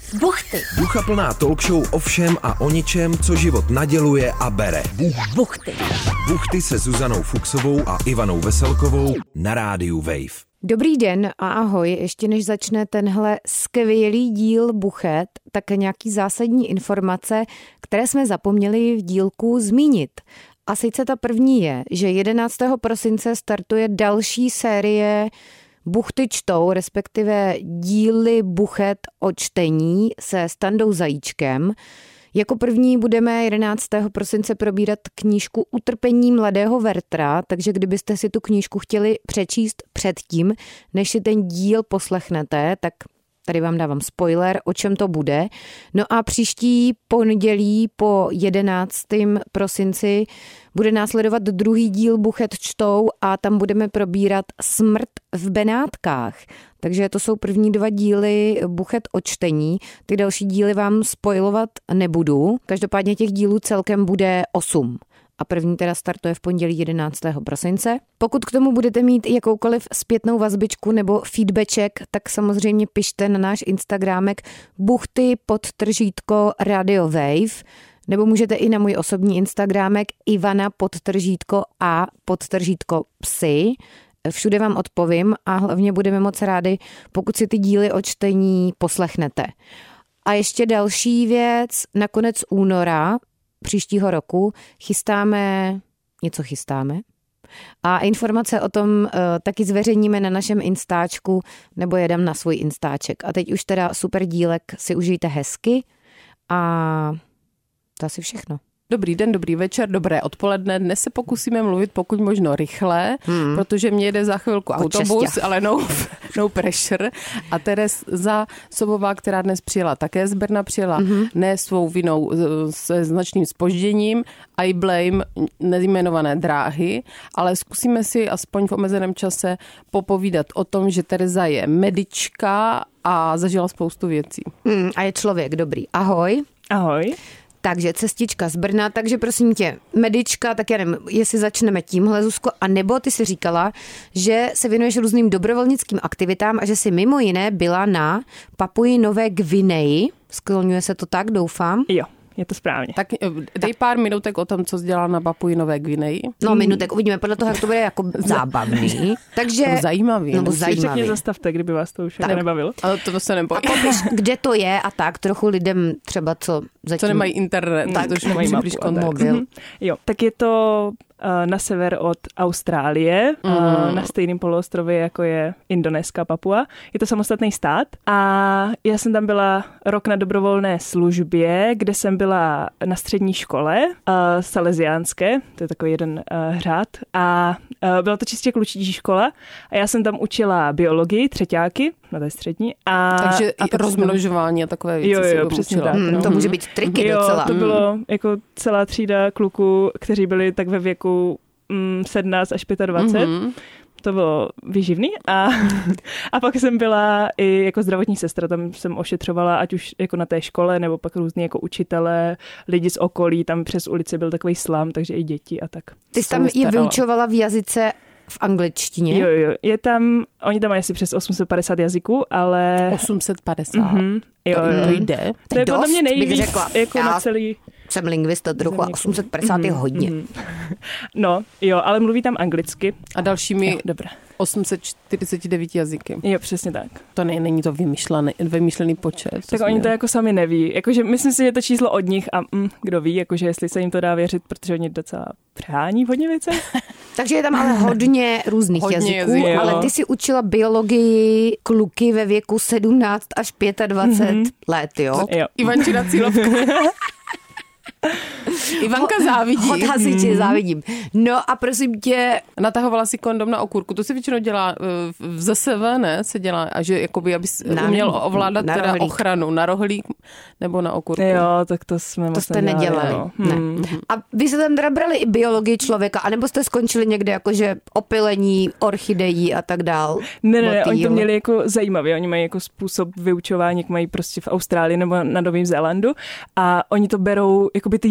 Buchty. Duchaplná talk show o všem a o ničem, co život naděluje a bere. Buchty. Buchty se Zuzanou Fuchsovou a Ivanou Veselkovou na rádiu Wave. Dobrý den a ahoj. Ještě než začne tenhle skvělý díl Buchet, tak nějaký zásadní informace, které jsme zapomněli v dílku zmínit. A sice ta první je, že 11. prosince startuje další série Buchty čtou, respektive díly Buchet o čtení se Standou Zajíčkem. Jako první budeme 11. prosince probírat knížku Utrpení mladého Werthera, takže kdybyste si tu knížku chtěli přečíst předtím, než si ten díl poslechnete, tak tady vám dávám spoiler, o čem to bude. No a příští pondělí po 11. prosinci bude následovat druhý díl Buchet čtou a tam budeme probírat Smrt v Benátkách. Takže to jsou první dva díly Buchet o čtení. Ty další díly vám spoilovat nebudu. Každopádně těch dílů celkem bude 8. A první teda startuje v pondělí 11. prosince. Pokud k tomu budete mít jakoukoliv zpětnou vazbičku nebo feedbackček, tak samozřejmě pište na náš Instagramek buchty_Radio Wave, nebo můžete i na můj osobní Instagramek Ivana_a_psy. Všude vám odpovím a hlavně budeme moc rádi, pokud si ty díly o čtení poslechnete. A ještě další věc, na konec února příštího roku chystáme. A informace o tom taky zveřejníme na našem Instačku, nebo je dám na svůj Instaček. A teď už teda super dílek si užijte hezky a to asi všechno. Dobrý den, dobrý večer, dobré odpoledne. Dnes se pokusíme mluvit pokud možno rychle, protože mě jede za chvilku autobus, ale no pressure. A Tereza Sobová, která dnes přijela také z Brna, přijela ne svou vinou se značným zpožděním. I blame nejmenované dráhy, ale zkusíme si aspoň v omezeném čase popovídat o tom, že Tereza je medička a zažila spoustu věcí. A je člověk dobrý. Ahoj. Ahoj. Takže cestička z Brna, takže prosím tě, medička, tak já nevím, jestli začneme tímhle, Zuzko, a nebo ty si říkala, že se věnuješ různým dobrovolnickým aktivitám a že si mimo jiné byla na Papui Nové Gvineji, skloňuje se to tak, doufám? Jo. Je to správně. Tak dej pár minutek o tom, co jsi dělala na Papui Nové Gvineji. No minutek, uvidíme podle toho, jak to bude jako zábavný. Takže nebo zajímavý. Nebo zajímavý. Mě zastavte, kdyby vás to už nebavilo. Ale to se nebojím. A popiš, kde to je a tak, trochu lidem třeba, co zatím... Co nemají internet, tak, to už nemají mobil. Jo, tak je to na sever od Austrálie, na stejném poloostrově, jako je Indonéska, Papua. Je to samostatný stát a já jsem tam byla rok na dobrovolné službě, kde jsem byla na střední škole salesiánské, to je takový jeden řád, a byla to čistě klučí škola a já jsem tam učila biologii, třeťáky, na té střední. Takže i rozmnožování a takové věci. Jo, přesně tak. To může být triky docela. To bylo jako celá třída kluků, kteří byli tak ve věku 17 až 25. To bylo výživný a pak jsem byla i jako zdravotní sestra, tam jsem ošetřovala, ať už jako na té škole, nebo pak různý jako učitelé, lidi z okolí, tam přes ulici byl takový slum, takže i děti a tak. Ty jsi tam je vyučovala v jazyce v angličtině? Jo, je tam, oni tam mají asi přes 850 jazyků, ale... 850? Jo. To jde. To je podle mě nejvíc jako na celý... Jsem lingvista trochu a 850 je hodně. No, jo, ale mluví tam anglicky. A dalšími 849 jazyky. Jo, přesně tak. To není to vymyšlený počet. Tak oni to jako sami neví. Jakože myslím si, že to číslo od nich a kdo ví, jakože jestli se jim to dá věřit, protože oni docela přehání v hodně věcech. Takže je tam ale hodně různých jazyků, ale ty si učila biologii kluky ve věku 17 až 25 let, jo? Ivančina cílovka. Ivanka závidí. Hot hasiči, závidím. No a prosím tě... Natahovala si kondom na okurku. To se většinou dělá v ZSV, ne? Se dělá, a že jakoby, aby uměl ovládat teda ochranu na rohlík nebo na okurku. Jo, tak to jsme to jste nedělali. Ne. A vy jste tam teda brali i biologii člověka, anebo jste skončili někde jakože opylení orchidejí a tak dál? Ne, oni to měli jako zajímavě. Oni mají jako způsob vyučování, jak mají prostě v Austrálii nebo na Novém Zélandu a oni to berou jakoby ty jednotlivý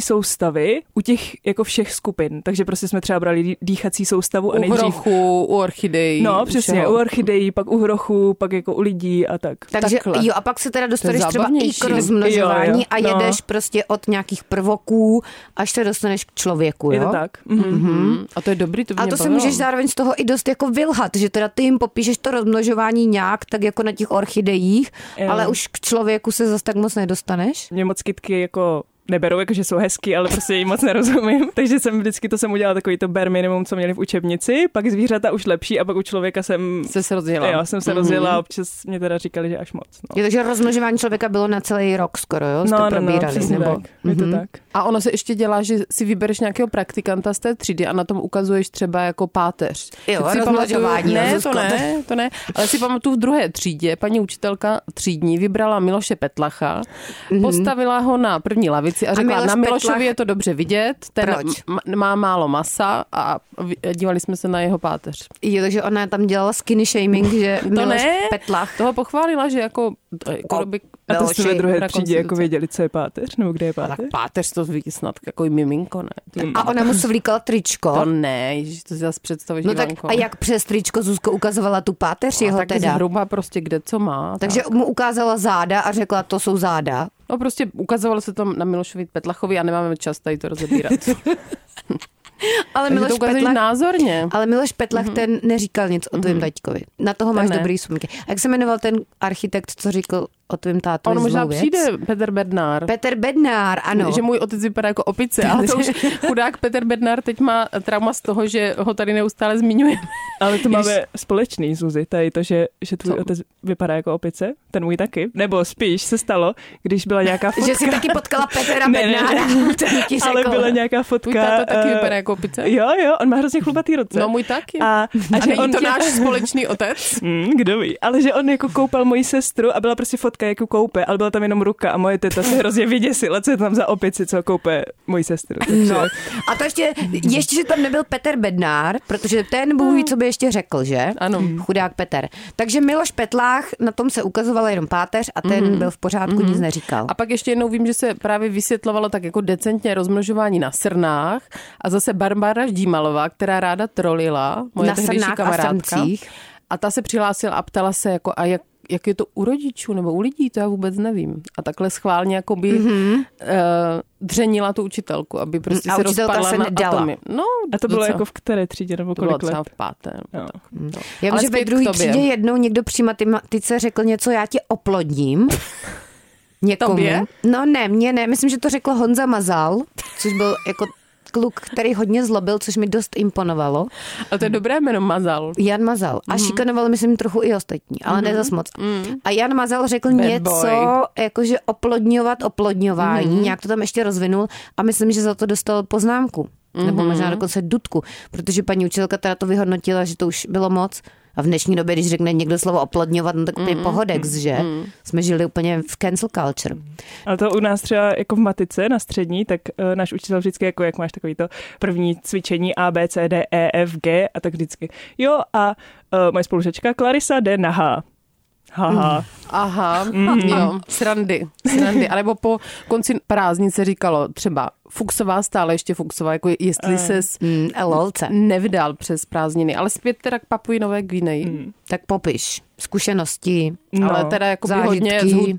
dýchací soustavy u těch jako všech skupin. Takže prostě jsme třeba brali dýchací soustavu a nejdřív... U hrochu, u orchidejí. No, přesně, u orchidejí, pak u hrochu, pak jako u lidí a tak. Takže jo, a pak se teda dostaneš třeba i k rozmnožování a jedeš prostě od nějakých prvoků, až se dostaneš k člověku, jo? Je to tak. A to je dobrý, to mě to se můžeš zároveň z toho i dost jako vylhat, že teda ty jim popíšeš to rozmnožování nějak, tak jako na těch orchidejích, ale už k člověku se zase tak moc nedostaneš? Mě moc kytky jako neberou, jakože jsou hezký, ale prostě jim moc nerozumím. Takže jsem udělala takový to bare minimum, co měli v učebnici, pak zvířata už lepší a pak u člověka jsem se rozjela. Jo, jsem se rozjela a občas mě teda říkali, že až moc. No. Je, takže rozmnožování člověka bylo na celý rok skoro, jo? Jste probírali, nebo? Tak. Je to tak. A ono se ještě dělá, že si vybereš nějakého praktikanta z té třídy a na tom ukazuješ třeba jako páteř. Jo, rozmnožování. To ne. Ale si pamatuju v druhé třídě, paní učitelka třídní vybrala Miloše Petlacha, postavila ho na první lavici a řekla, na Milošovi je to dobře vidět, ten má málo masa a dívali jsme se na jeho páteř. Jo, takže ona tam dělala skinny shaming, že Miloš Petlach. Toho pochválila, že jako a to jste ve druhé třídě jako věděli, co je páteř, nebo kde je páteř? Tak páteř to ví snad jako miminko, ne? A ona mu svlíkala tričko? To ne, ježiš, to si zase představíš. No tak a jak přes tričko Zuzko ukazovala tu páteř jeho tak teda? Zhruba prostě kde co má. Takže mu ukázala záda a řekla, to jsou záda? No prostě ukazovalo se to na Milošovi Petlachovi a nemáme čas tady to rozebírat. Ale Miloš Petlach názorně. Ale Miloš Petlach ten neříkal nic o tvém taťkovi. Na toho máš dobrý vzpomínky. A jak se jmenoval ten architekt, co říkal o tvém tátovi? On možná přijde, Petr Bednár. Petr Bednár, ano. Že můj otec vypadá jako opice, ale to už chudák Petr Bednár teď má trauma z toho, že ho tady neustále zmiňujeme. Ale to máme společný, Zuzi, tady to, že tvůj otec vypadá jako opice, ten můj taky. Nebo spíš se stalo, když byla nějaká fotka. Že jsi taky potkala Petra Bednára. Ale byla nějaká fotka. Můj táta taky vypadá jako opice. Jo, on má hrozně chlubatý ruce. No můj taky. A že on to náš společný otec. Kdo ví. Ale že on jako koupal moji sestru a byla prostě fotka, jak koupe, ale byla tam jenom ruka a moje teta se hrozně vyděsila, co je tam za opici, co koupe moji sestru. Takže... No. A to ještě, že tam nebyl Petr Bednár, protože ten Bůh ví, co by ještě řekl, že? Ano. Chudák Petr. Takže Miloš Petlách, na tom se ukazovala jenom páteř a ten byl v pořádku, nic neříkal. A pak ještě jednou vím, že se právě vysvětlovalo tak jako decentně rozmnožování na srnách a zase Barbara Ždímalová, která ráda trolila, moje tehdejší kamarádka. A ta se přihlásila a ptala se, jako, a jak je to u rodičů nebo u lidí, to já vůbec nevím. A takhle schválně jakoby dřenila tu učitelku, aby prostě se rozpadla na atomy. No, a to bylo jako v které třídě nebo kolik let? To bylo v páté. Já vím, že ve druhé třídě jednou někdo při matematice řekl něco, já tě oplodním. Někomu. Tobě? No ne, mě ne. Myslím, že to řekl Honza Mazal, což byl jako kluk, který hodně zlobil, což mi dost imponovalo. A to je dobré jméno, Mazal. Jan Mazal. A šikanoval, myslím, trochu i ostatní, ale ne zas moc. A Jan Mazal řekl něco, jakože oplodňování, nějak to tam ještě rozvinul a myslím, že za to dostal poznámku. Nebo možná dokonce dudku, protože paní učitelka teda to vyhodnotila, že to už bylo moc. A v dnešní době, když řekne někdo slovo oplodňovat, no tak úplně pohodex, že? Jsme žili úplně v cancel culture. Ale to u nás třeba jako v matice na střední, tak náš učitel vždycky, jako jak máš takový to první cvičení A, B, C, D, E, F, G a tak vždycky. Jo a moje spolužačka Clarisa jde na H. Haha. Aha, jo, srandy. A nebo po konci prázdnin se říkalo třeba Fuchsová, stále ještě Fuchsová, jako jestli ses nevdal přes prázdniny, ale zpět teda k Papui Nové Guineji. Tak popiš zkušenosti, ale teda jako by hodně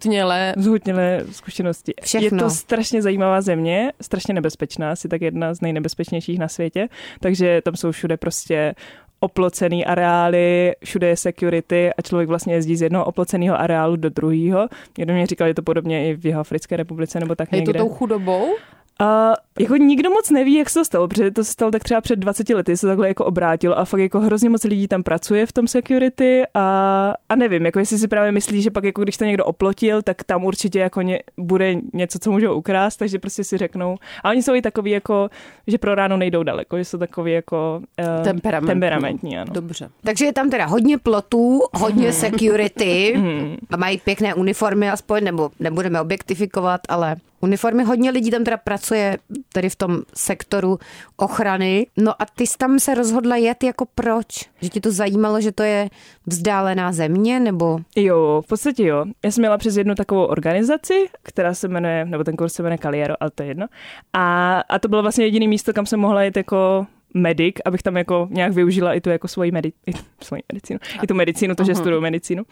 zhutnělé zkušenosti. Všechno. Je to strašně zajímavá země, strašně nebezpečná, asi tak jedna z nejnebezpečnějších na světě, takže tam jsou všude prostě oplocený areály, všude je security a člověk vlastně jezdí z jednoho oploceného areálu do druhého. Někdo mě říkal, že to podobně i v Jihoafrické republice nebo tak někde. Je to tou chudobou? Jako nikdo moc neví, jak se to stalo, protože to se stalo tak třeba před 20 lety, se takhle jako obrátilo a fakt jako hrozně moc lidí tam pracuje v tom security a nevím, jako jestli si právě myslí, že pak jako když to někdo oplotil, tak tam určitě jako bude něco, co můžou ukrást, takže prostě si řeknou. A oni jsou i takový jako, že pro ráno nejdou daleko, že jsou takový jako temperamentní, ano. Dobře. Takže je tam teda hodně plotů, hodně security, a mají pěkné uniformy aspoň, nebo nebudeme objektifikovat, ale uniformy. Hodně lidí tam teda pracuje tady v tom sektoru ochrany. No a ty jsi tam se rozhodla jet jako proč? Že ti to zajímalo, že to je vzdálená země, nebo? Jo, v podstatě jo. Já jsem měla přes jednu takovou organizaci, která se jmenuje, nebo ten kurz se jmenuje Caliero, ale to je jedno. A to bylo vlastně jediné místo, kam jsem mohla jít jako medic, abych tam jako nějak využila i tu jako svoji medicínu. I tu medicínu, to, že studuju medicínu.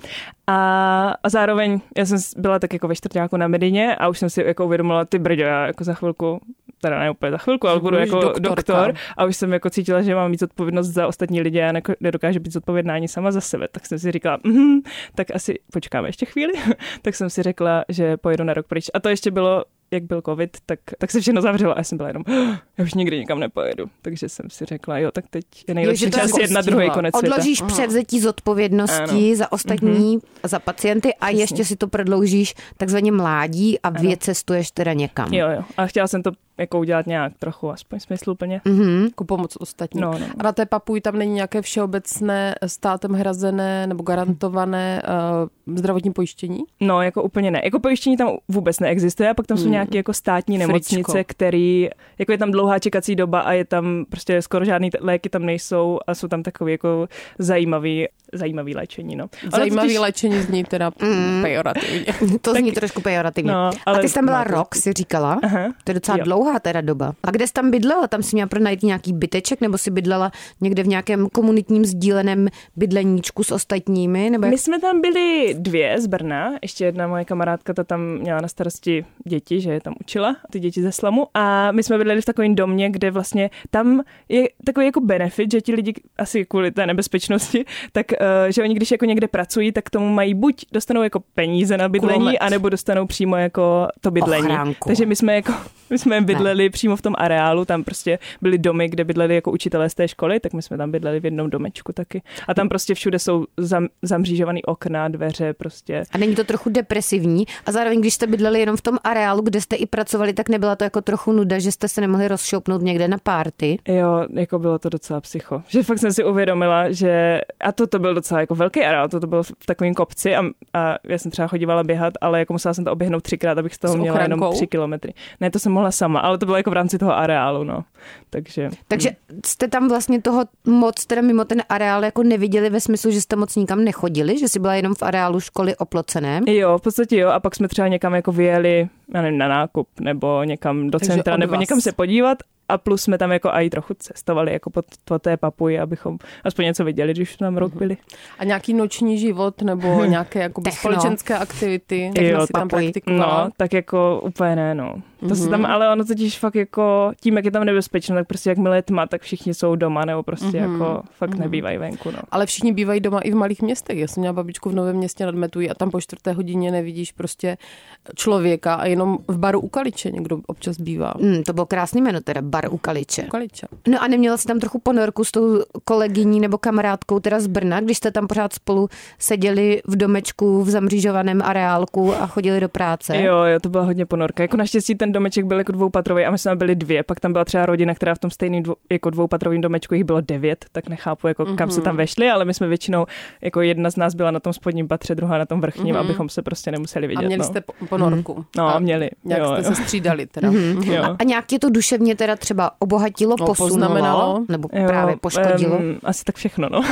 A zároveň já jsem byla tak jako ve čtvrťáku na Medině a už jsem si jako uvědomila, ty brďo, já jako za chvilku, teda ne úplně za chvilku, ale budu jako doktor a už jsem jako cítila, že mám mít odpovědnost za ostatní lidi a nedokážu být zodpovědná ani sama za sebe. Tak jsem si říkala, tak asi počkáme ještě chvíli. Tak jsem si řekla, že pojedu na rok pryč. A to ještě bylo, jak byl covid, tak se všechno zavřelo a já jsem byla jenom, já už nikdy nikam nepojedu. Takže jsem si řekla, jo, tak teď je nejlepší čas jet na druhý konec světa. Odložíš převzetí zodpovědnosti za ostatní, za pacienty a ještě si to prodloužíš takzvaně mládí a vycestuješ teda někam. Jo. A chtěla jsem to jako udělat nějak trochu, aspoň smysluplně. Jako pomoc ostatním. No. A na té Papui tam není nějaké všeobecné státem hrazené nebo garantované zdravotní pojištění? No, jako úplně ne. Jako pojištění tam vůbec neexistuje a pak tam jsou nějaké jako státní nemocnice, který, jako je tam dlouhá čekací doba a je tam prostě skoro žádný léky tam nejsou a jsou tam takový jako zajímavý léčení, no. Zajímavý léčení zní teda pejorativně. To zní trošku pejorativně. No, a ty jsi tam byla rok, si říkala. Aha, to je docela dlouhá teda doba. A kde jsi tam bydlela? Tam jsi měla pronajít nějaký byteček nebo si bydlela někde v nějakém komunitním sdíleném bydleníčku s ostatními? Nebo My jsme tam byli 2 z Brna. Ještě jedna moje kamarádka, ta tam měla na starosti děti, že je tam učila, ty děti ze slamu. A my jsme bydleli v takovém domě, kde vlastně tam je takový jako benefit, že ti lidi asi kvůli té nebezpečnosti, tak že oni když jako někde pracují, tak k tomu mají buď dostanou jako peníze na bydlení, anebo dostanou přímo jako to bydlení. Ochránku. Takže my jsme bydleli přímo v tom areálu, tam prostě byly domy, kde bydleli jako učitelé z té školy, tak my jsme tam bydleli v jednom domečku taky. A tam prostě všude jsou zamřížovaný okna, dveře prostě. A není to trochu depresivní? A zároveň, když jste bydleli jenom v tom areálu, kde jste i pracovali, tak nebyla to jako trochu nuda, že jste se nemohli rozšoupnout někde na party? Jo, jako bylo to docela psycho. Že fakt jsem si uvědomila, že a to byl docela jako velký areál, to bylo v takovém kopci a já jsem třeba chodívala běhat, ale jako musela jsem to oběhnout 3krát, abych z toho měla jenom 3 kilometry. Ne, to jsem mohla sama, ale to bylo jako v rámci toho areálu, no. Takže jste tam vlastně toho moc teda mimo ten areál jako neviděli ve smyslu, že jste moc nikam nechodili, že jsi byla jenom v areálu školy oploceném? Jo, v podstatě jo, a pak jsme třeba někam jako vyjeli, já nevím, na nákup nebo někam do centra, nebo někam se podívat. A plus jsme tam jako i trochu cestovali jako po té Papuji, abychom aspoň něco viděli, když tam rok byli. A nějaký noční život nebo nějaké jako společenské aktivity, jak si tam praktikovala? No, tak jako úplně ne, no. To se tam, ale ono totiž fakt jako tím, jak je tam nebezpečno, tak prostě jakmile je tma, tak všichni jsou doma nebo prostě jako fakt nebývají venku, no. Ale všichni bývají doma i v malých městech. Já jsem měla babičku v Novém Městě nad Metují a tam po 4. hodině nevidíš prostě člověka a jenom v baru u Kaliče někdo občas bývá. To bylo krásný jméno teda, bar u Kaliče. Kaliče. No a neměla jsi tam trochu ponorku s tou kolegyní nebo kamarádkou teda z Brna, když jste tam pořád spolu seděli v domečku v zamřížovaném areálku a chodili do práce? Jo, to byla hodně ponorka. Jako naštěstí ten domeček byl jako 2patrový a my jsme byli 2. Pak tam byla třeba rodina, která v tom stejným jako 2patrovém domečku, jich bylo 9, tak nechápu, jako kam se tam vešli, ale my jsme většinou, jako jedna z nás byla na tom spodním patře, druhá na tom vrchním, abychom se prostě nemuseli vidět. A měli jste ponorku. No, měli. Jak jste se střídali teda. A nějak tě to duševně teda třeba obohatilo, posunulo, nebo právě poškodilo? Asi tak všechno, no.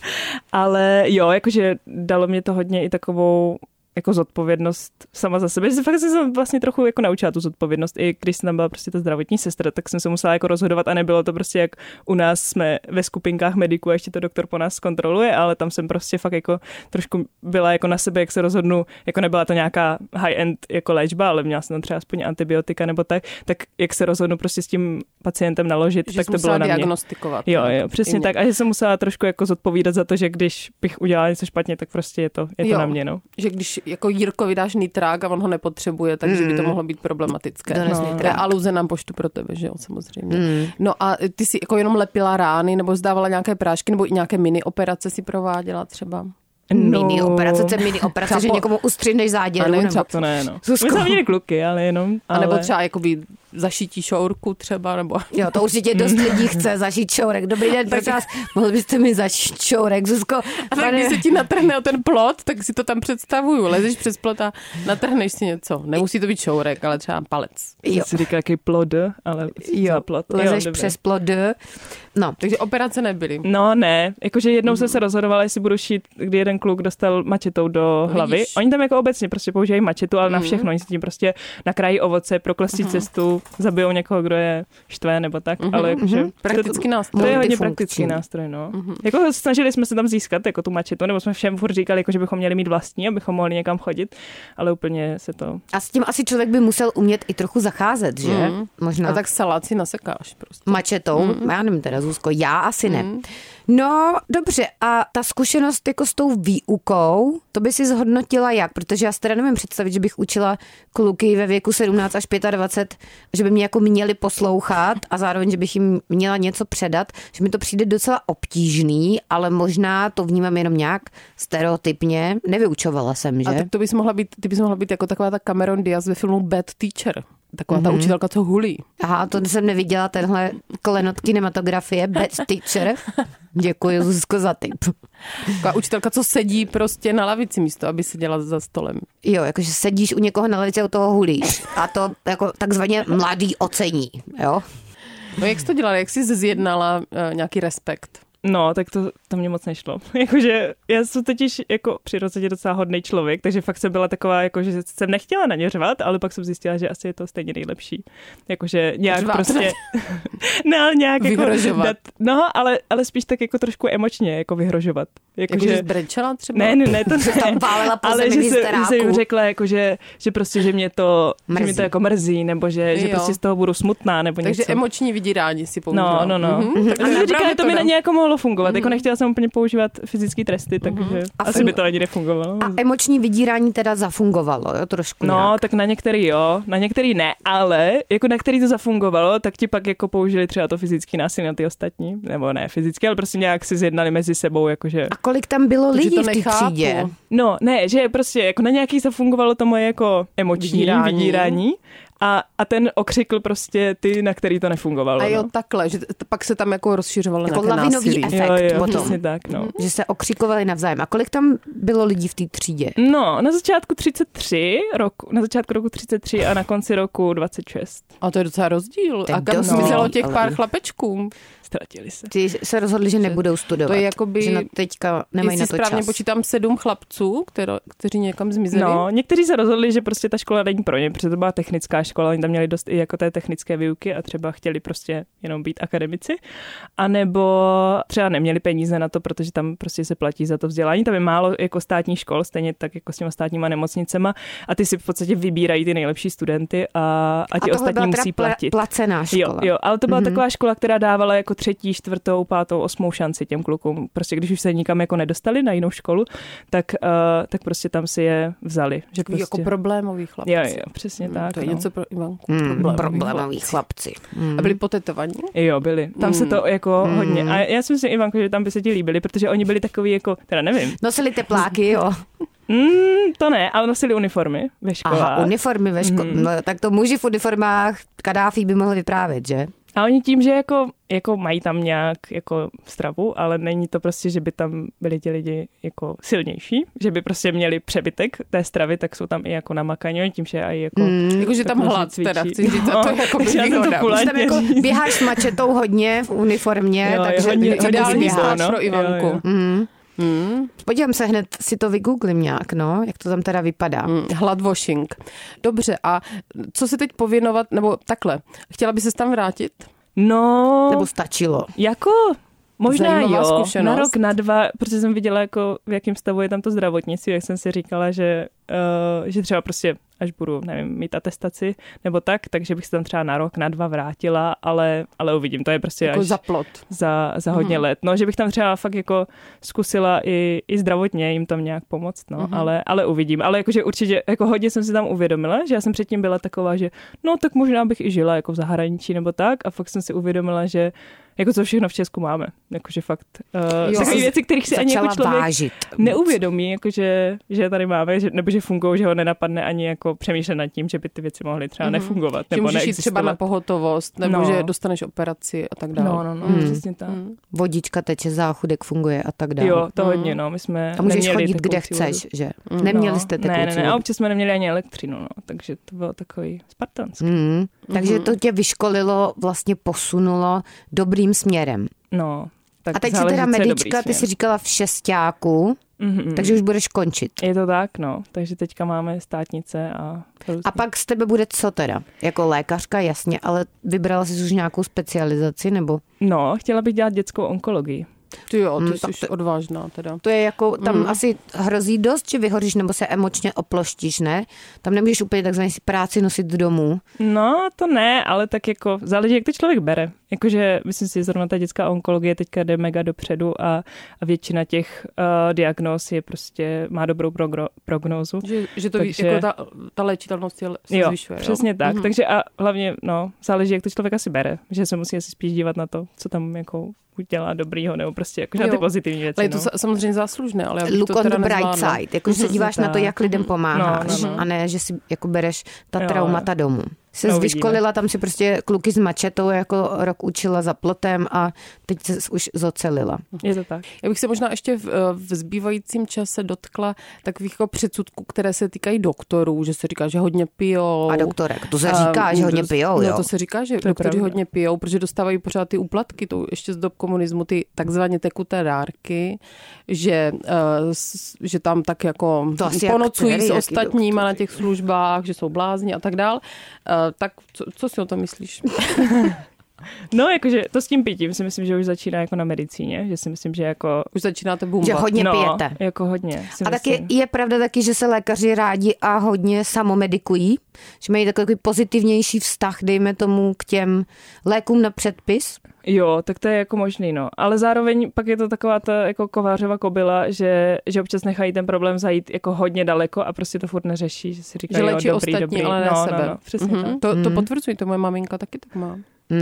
Ale jo, jakože dalo mě to hodně i takovou jako zodpovědnost sama za sebe. Fakt jsem vlastně trochu jako naučila tu zodpovědnost. I když jsem tam byla prostě ta zdravotní sestra, tak jsem se musela jako rozhodovat a nebylo to prostě jak u nás jsme ve skupinkách mediků a ještě to doktor po nás zkontroluje, ale tam jsem prostě fakt jako trošku byla jako na sebe, jak se rozhodnu, jako nebyla to nějaká high-end jako léčba, ale měla jsem tam třeba aspoň antibiotika nebo tak jak se rozhodnu prostě s tím pacientem naložit, že tak to bylo na mě. Diagnostikovat. Jo, přesně tak. A že jsem musela trošku jako zodpovídat za to, že když bych udělala něco špatně, tak prostě je to na mě, no. Že když jako Jirkovi dáš nitrák a on ho nepotřebuje, takže by to mohlo být problematické. To je aluze na poštu pro tebe, že jo, samozřejmě. No a ty si jako jenom lepila rány, nebo zdávala nějaké prášky, nebo i nějaké mini operace si prováděla třeba? Mini operace, že někomu ustřihneš záděru. Nebo to ne, no. My jsme měli kluky, ale jenom. A nebo třeba jakoby zašití šourku třeba, nebo... Jo, to určitě dost lidí chce zašít šourek. Dobrý den, prosím vás, mohl byste mi zašít šourek, Zuzko? A tak když se ti natrhne o ten plot, tak si to tam představuju. Lezeš přes plot a natrhneš si něco. Nemusí to být šourek, ale třeba palec. Jo. Si říká jaký plod, ale jo, plot. Lezeš přes plot. No. Takže operace nebyly. No ne, jakože jednou jsem se rozhodovala, jestli budu šít, kdy jeden kluk dostal mačetou do hlavy. Vidíš? Oni tam jako obecně prostě používají mačetu, ale na všechno. Oni si tím prostě nakrájí ovoce, proklestí cestu, zabijou někoho, kdo je štve nebo tak, ale jakože... Praktický nástroj. To je hodně praktický nástroj, no. Jako snažili jsme se tam získat jako tu mačetu, nebo jsme všem furt říkali, jako, že bychom měli mít vlastní, abychom mohli někam chodit, ale úplně se to... A s tím asi člověk by musel umět i trochu zacházet, že? Možná. A tak salát si nasekáš prostě. Mačetou? Já nevím teda, Zuzko, já asi ne. No, dobře, a ta zkušenost jako s tou výukou, to by si zhodnotila jak? Protože já si teda nevím představit, že bych učila kluky ve věku 17 až 25, že by mě jako měli poslouchat a zároveň, že bych jim měla něco předat, že mi to přijde docela obtížný, ale možná to vnímám jenom nějak stereotypně. Nevyučovala jsem, že? A tak to bys mohla být, ty bys mohla být jako taková ta Cameron Diaz ve filmu Bad Teacher. Taková ta učitelka, co hulí. Aha, to jsem neviděla, tenhle klenot kinematografie, Bad Teacher. Děkuji, Zuzko, za tip. Taková učitelka, co sedí prostě na lavici místo, aby seděla za stolem. Jo, jakože sedíš u někoho na lavici a u toho hulíš. A to jako takzvaně mladý ocení, jo? No jak jsi to dělala? Jak jsi zjednala nějaký respekt? No, tak to mě moc nešlo. Jakože já jsem totiž jako přirozeně docela hodnej člověk, takže fakt jsem byla taková, jakože jsem nechtěla na ně řvat, ale pak jsem zjistila, že asi je to stejně nejlepší. Jakože nějak řvat. Prostě... ne, ale nějak vyhrožovat. Jako... No, ale spíš tak jako trošku emočně jako vyhrožovat. Jakože jsi brečela třeba? Ne, to ne. Tam pálela po ale zemi že jsem jim řekla, jako, že prostě, že mě to jako mrzí, nebo že prostě z toho budu smutná, nebo takže něco. Takže emoční vydírání si použila. No. A říkala, to mi na ně jako mohlo fungovat. Jako nechtěla jsem úplně používat fyzické tresty, takže asi by to ani nefungovalo. A emoční vydírání teda zafungovalo, jo, trošku No, nějak. tak na některý jo, na některý ne, ale jako na který to zafungovalo, tak ti pak jako použili třeba to fyzický násilí na ty ostatní, nebo ne fyzicky, ale prostě nějak si zjednali mezi sebou, jakože... A kolik tam bylo lidí v té třídě? No, ne, že prostě jako na nějaký zafungovalo to moje jako emoční vydírání. A ten okřikl prostě ty, na který to nefungovalo. A jo, takhle, že pak se tam jako rozšiřovalo jako nějaké násilí. efekt jo, potom. Přesně tak, no. Že se okřikovali navzájem. A kolik tam bylo lidí v té třídě? No, na začátku na začátku roku 33 a na konci roku 26. A to je docela rozdíl. A kam zmizelo těch pár chlapečků? Ztratili se. Ty se rozhodli, že nebudou studovat. To je jakoby, že teďka nemají na to čas. Správně počítám 7 chlapců, kteří někam zmizeli. No, někteří se rozhodli, že prostě ta škola není pro ně, protože to byla technická škola, oni tam měli dost i jako té technické výuky a třeba chtěli prostě jenom být akademici, a nebo třeba neměli peníze na to, protože tam prostě se platí za to vzdělání. Tam je málo jako státních škol, stejně tak jako s těma státníma nemocnicema, a ty si v podstatě vybírají ty nejlepší studenty a ti ostatní musí platit. Placená škola. Jo, ale to byla taková škola, která dávala jako 3., 4., 5., 8. šanci těm klukům. Prostě když už se nikam jako nedostali na jinou školu, tak prostě tam si je vzali. Že prostě... Jako problémový chlapci. Jo, přesně tak. To je něco pro Ivanku. Problémový chlapci. A byli potetovaní? Jo, byli. Tam se to jako hodně. A já si myslím, Ivanko, že tam by se ti líbili, protože oni byli takový jako, teda nevím. Nosili tepláky, jo. To ne, ale nosili uniformy ve školách. Aha, uniformy ve škole. No, tak to muži v uniformách Kadáfi by mohli vyprávět, že? A oni tím, že jako mají tam nějak jako stravu, ale není to prostě, že by tam byli ti lidi jako silnější, že by prostě měli přebytek té stravy, tak jsou tam i jako namakaní, tím, že aj jako... Jakože tam hlad teda, chci říct, to je jako by výhoda. Tam jako běháš s mačetou hodně v uniformě, jo, takže ideální stáž pro Ivanku. Podívám se hned, si to vygooglím nějak, no, jak to tam teda vypadá. Hladwashing. Dobře, a co se teď pověnovat, nebo takhle, chtěla by ses tam vrátit? No... Nebo stačilo? Jako... Možná zajímavá jo, zkušenost. Na rok, na 2, protože jsem viděla, jako, v jakém stavu je tam to zdravotnictví, jak jsem si říkala, že třeba prostě, až budu, nevím, mít atestaci nebo tak, takže bych se tam třeba na rok, na 2 vrátila, ale uvidím, to je prostě jako až za plot. Za hodně let. No, že bych tam třeba fakt jako zkusila i zdravotně jim tam nějak pomoct, no, ale uvidím. Ale jakože určitě, jako hodně jsem si tam uvědomila, že já jsem předtím byla taková, že no, tak možná bych i žila jako v zahraničí nebo tak, a fakt jsem si uvědomila, že jako co všechno v Česku máme. Jakože fakt takové věci, kterých si ani jako člověk vážit. neuvědomí, jakože, že tady máme, nebo že fungují, že ho nenapadne ani jako přemýšlet nad tím, že by ty věci mohly třeba nefungovat. Že nebo můžeš jít třeba na pohotovost, nebo že dostaneš operaci a tak dále. No, přesně tak. Vodička teče, záchodek funguje a tak dále. Jo, to hodně, no. My jsme a můžeš neměli chodit, kde chceš, že? Neměli jste tekoucí Ne, a občas jsme neměli ani elektřinu, no. Takže to bylo takový spartanský. Takže to tě vyškolilo, vlastně posunulo dobrým směrem. No. Tak a teď jsi teda medička, ty jsi říkala v šestáku, takže už budeš končit. Je to tak, no. Takže teďka máme státnice a... A pak z tebe bude co teda? Jako lékařka, jasně, ale vybrala jsi už nějakou specializaci, nebo? No, chtěla bych dělat dětskou onkologii. Ty jo, ty jsi odvážná teda. To je jako, tam asi hrozí dost, že vyhoříš nebo se emočně oploštíš, ne? Tam nemůžeš úplně takzvaně si práci nosit domů. No, to ne, ale tak jako záleží, jak to člověk bere. Jakože, myslím si, zrovna ta dětská onkologie teďka jde mega dopředu a většina těch diagnóz je prostě, má dobrou prognózu. Že to takže, jako ta léčitelnost se zvyšuje. Přesně tak. Takže a hlavně, no, záleží, jak to člověk asi bere. Že se musí asi spíš dívat na to, co tam jako udělá dobrýho, nebo prostě jako na ty pozitivní věci. Ale je to samozřejmě záslužné, ale já bych look to teda on the bright nezvládla. side, jako se díváš na to, jak lidem pomáháš, a ne, že si jako bereš ta traumata domů. Se vyškolila, tam si prostě kluky s mačetou jako rok učila za plotem a teď se už zocelila. Je to tak. Já bych se možná ještě v zbývajícím čase dotkla takových jako předsudků, které se týkají doktorů, že se říká, že hodně pijou. A doktorek, to se říká, že hodně pijou, jo. No to se říká, že doktoři hodně pijou, protože dostávají pořád ty úplatky, to ještě z dob komunismu, ty takzvaně tekuté dárky, že tam tak jako ponocují s ostatníma na těch službách, že jsou blázni a tak dál. Tak co si o tom myslíš? No, jakože to s tím pitím si myslím, že už začíná jako na medicíně, že si myslím, že jako... Už začínáte bumbat. Že hodně pijete. Jako hodně. A taky je pravda taky, že se lékaři rádi a hodně samomedikují, že mají takový pozitivnější vztah, dejme tomu, k těm lékům na předpis. Jo, tak to je jako možný, no. Ale zároveň pak je to taková ta jako kovářova kobila, že občas nechají ten problém zajít jako hodně daleko a prostě to furt neřeší, že si říkají, že léčí ostatní, ale ne sebe. No, přesně tak. To potvrzují, to moje maminka taky tak má.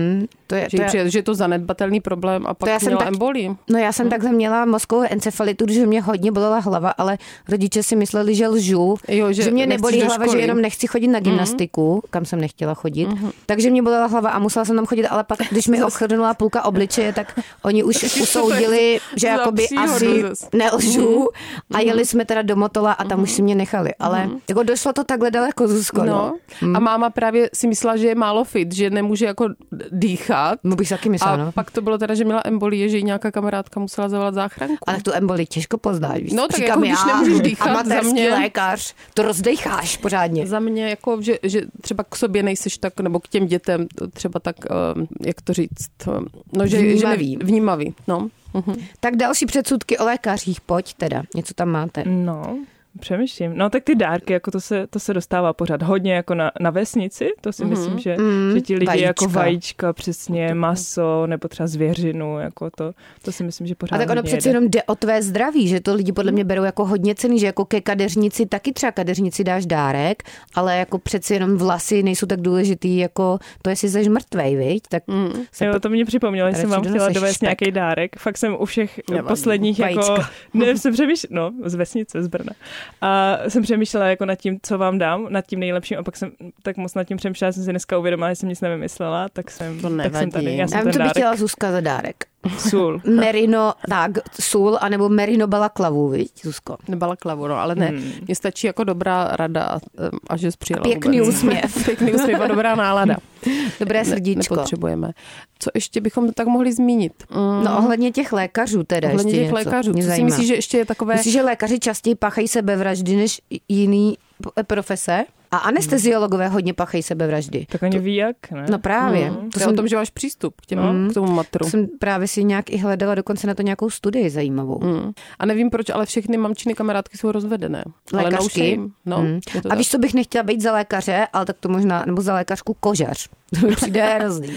Že je to zanedbatelný problém a pak měla embolii. No já jsem takhle měla mozkovou encefalitu, že mě hodně bolela hlava, ale rodiče si mysleli, že lžu, že mě nebolí hlava, že jenom nechci chodit na gymnastiku, kam jsem nechtěla chodit. Takže mě bolela hlava a musela jsem tam chodit, ale pak, když mi ochrnula půlka obličeje, tak oni už usoudili, že jakoby asi nelžu a jeli jsme teda do Motola a tam už si mě nechali. Ale jako došlo to takhle daleko, Zuzko. No. A máma právě si myslela, že je málo fit, že nemůže jako dýchat. No bych taky myslela, no. Pak to bylo teda, že měla embolie, že jí nějaká kamarádka musela zavolat záchranku. Ale tu embolii těžko poznáš. No tak jako když nemůžeš dýchat, amatérský lékař, to rozdejcháš pořádně. Za mě jako, že třeba k sobě nejseš tak, nebo k těm dětem třeba tak, jak to říct, no že vnímavý. No. Tak další předsudky o lékařích, pojď teda, něco tam máte. No. Přemýšlím. No tak ty dárky, jako to se dostává pořád hodně jako na vesnici, to si myslím, že ti lidi vajíčka. Jako vajíčka, přesně maso, nebo třeba zvěřinu, jako to si myslím, že pořád. A tak ono přece jenom jde o tvé zdraví, že to lidi podle mě berou jako hodně cenný, že jako ke kadeřnici taky třeba kadeřnici dáš dárek, ale jako přece jenom vlasy nejsou tak důležitý, jako to, jestli jsi mrtvej, viď? Tak jo, to mě připomnělo, že jsem vám chtěla dovést nějaký dárek. Fakt jsem u všech posledních vajíčka. Jako, ne, jsem přemýšlela, z vesnice, z Brna. A jsem přemýšlela jako nad tím, co vám dám, nad tím nejlepším a pak jsem tak moc nad tím přemýšlela, jsem si dneska uvědomila, že jsem nic nevymyslela, tak jsem tady. Já jsem co bych chtěla Zuzka za dárek? Sůl. Merino, tak, sůl, anebo merino balaklavu, viď, Zuzko? Balaklavu, no, ale ne. Mně stačí jako dobrá rada a že jsi přijela. Pěkný úsměv. Pěkný úsměv a dobrá nálada. Dobré srdíčko. Nepotřebujeme. Co ještě bychom tak mohli zmínit? No ohledně těch lékařů teda ohledně ještě těch lékařů. Co si myslíš, že ještě je takové... Myslíš, že lékaři častěji páchají sebevraždy než jiný profese? A anesteziologové hodně pachají sebevraždy. Tak oni ví jak, ne? No právě. To jsem o tom, že máš přístup k tomu matru. To jsem právě si nějak i hledala dokonce na to nějakou studii zajímavou. A nevím proč, ale všechny mamčiny kamarádky jsou rozvedené. Lékařky. No, a víš, co bych nechtěla být za lékaře, ale tak to možná, nebo za lékařku kožař. To mi přijde hrozný.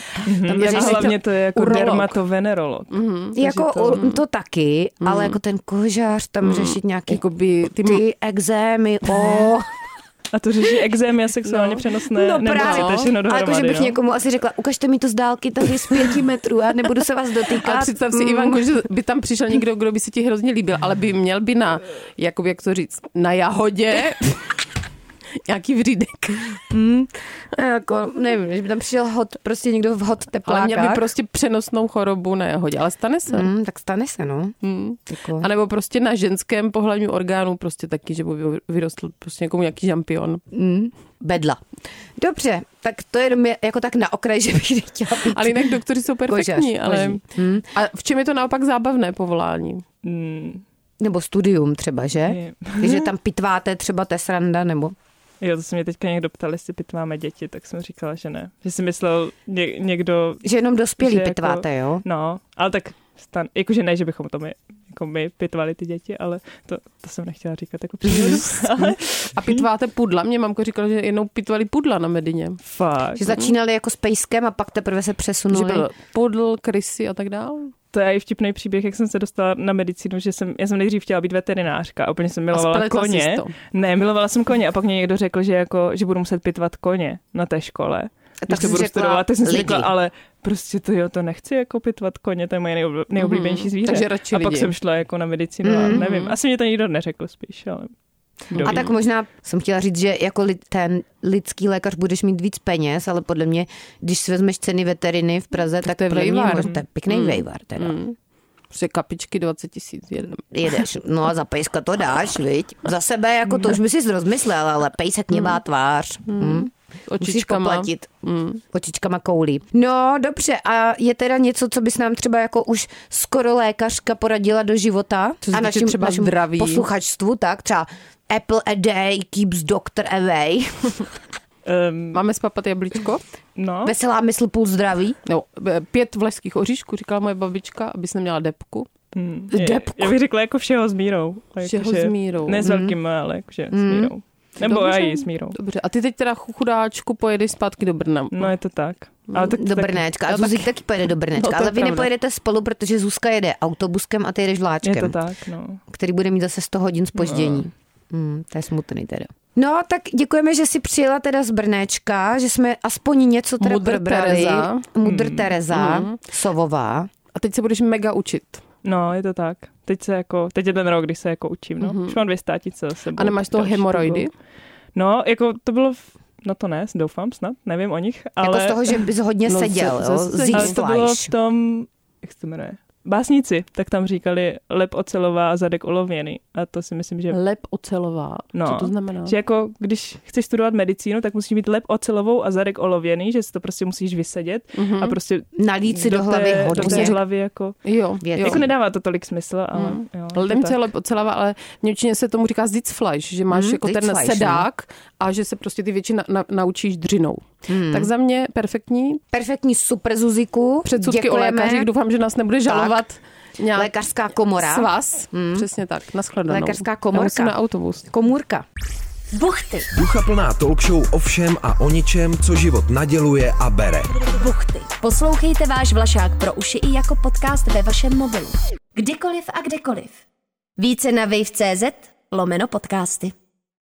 Hlavně to je jako dermatovenerolog. Jako to taky, ale jako ten kožař tam řešit nějaký ty exémy, A to řeší exémy a sexuálně přenosné nemoci, to je všechno dohromady. Ale jakože bych někomu asi řekla, ukažte mi to z dálky tady z 5 metrů a nebudu se vás dotýkat. Ale představ si, Ivanko, že by tam přišel někdo, kdo by si ti hrozně líbil, ale by měl by na, jakoby, jak to říct, na jahodě nějaký vřídek. Jako, nevím, že by tam přišel prostě někdo v hot teplákách. Ale měl by prostě přenosnou chorobu na jahodě, ale stane se. Tak stane se, no. A nebo prostě na ženském pohlavním orgánu prostě taky, že by vyrostl prostě někomu nějaký žampion. Bedla. Dobře, tak to je jako tak na okraj, že bych chtěla být. Ale jinak doktoři jsou perfektní, ale... A v čem je to naopak zábavné povolání? Nebo studium třeba, že? Když tam pitváte třeba, to je sranda, nebo... Jo, to se mě teďka někdo ptal, jestli pitváme děti, tak jsem říkala, že ne. Že si myslel někdo... Že jenom dospělí pitváte, jako, jo? No, ale tak jakože ne, že bychom to my pitvali ty děti, ale to jsem nechtěla říkat jako přírodu. A pitváte pudla? Mě mamko říkala, že jednou pitvali pudla na Medině. Fakt. Že začínali jako s pejskem a pak teprve se přesunuli. Že byl pudl, krysy a tak dál. To je i vtipný příběh, jak jsem se dostala na medicínu, že já jsem nejdřív chtěla být veterinářka a úplně jsem milovala koně. Ne, milovala jsem koně a pak mě někdo řekl, že budu muset pitvat koně na té škole. Když to budu studovat, tak jsem si řekla, ale prostě to nechci jako pitvat koně, to je moje nejoblíbenější zvíře. Takže radši a pak lidi. jsem šla jako na medicínu a nevím, asi mě to nikdo neřekl spíš, ale... A tak možná jsem chtěla říct, že jako ten lidský lékař budeš mít víc peněz, ale podle mě, když si vezmeš ceny veteriny v Praze, tak to je vejvar. To je pěkný vejvar teda. Prostě kapičky 20 000 jedeš. No a za pejska to dáš, viď? Za sebe, jako to už by si rozmyslel, ale pejsek nemá tvář. Musíš poplatit. Očičkama koulí. No, dobře. A je teda něco, co bys nám třeba jako už skoro lékařka poradila do života? A našim třeba zdraví. Posluchačstvu, tak třeba apple a day keeps doctor away. Máme spapat jablíčko? No. Veselá mysl, půl zdraví. No, 5 vleských oříšků, říkala moje babička, abys neměla depku. Depku. Já bych řekla jako všeho s mírou. Všeho s mírou. Ne s velkým, ale jakože s mírou. Nebo i s mírou. Dobře, a ty teď teda chudáčku pojedeš zpátky do Brna. No je to tak. Ale tak do Brnéčka. A Zuzík taky pojede do Brnéčka. Ale vy nepojedete spolu, protože Zuzka jede autobuskem a ty jedeš vláčkem. Je to tak, no. Který bude mít zase 100 hodin zpoždění. To je smutný teda. No, tak děkujeme, že jsi přijela teda z Brnéčka, že jsme aspoň něco teda probrali. Mudr Tereza, Sovová. A teď se budeš mega učit. No, je to tak. Teď je ten rok, kdy se jako učím, no. Už mám 2 státnice za sebou. A nemáš toho hemoroidy? No, jako to bylo... No to ne, doufám snad, nevím o nich, ale... Jako z toho, že bys hodně seděl, jo? Ale to bylo v tom, jak se to jmenuje? Básníci, tak tam říkali lep ocelová a zadek olověný. A to si myslím, že... Lep ocelová? No, co to znamená? Že jako, když chceš studovat medicínu, tak musíš mít lep ocelovou a zadek olověný, že si to prostě musíš vysedět a prostě... Nalít si do hlavy hodně. Do té hlavy jako... Jo. Jako nedává to tolik smysl, ale... Nevím, co je lep ocelová, ale v němčině se tomu říká Sitzfleisch, že máš jako ten sedák a že se prostě ty věci naučíš dřinou. Tak za mě perfektní. Perfektní, super, Zuziku. Předsudky o lékařích, doufám, že nás nebude žalovat. Lékařská komora. Svaz, přesně tak, nashledanou. Lékařská komorka. Já musím na autobus. Komůrka. Buchty. Ducha plná talk show o všem a o ničem, co život naděluje a bere. Buchty. Poslouchejte váš Vlašák pro uši i jako podcast ve vašem mobilu. Kdykoliv a kdekoliv. Více na wave.cz/podcasty.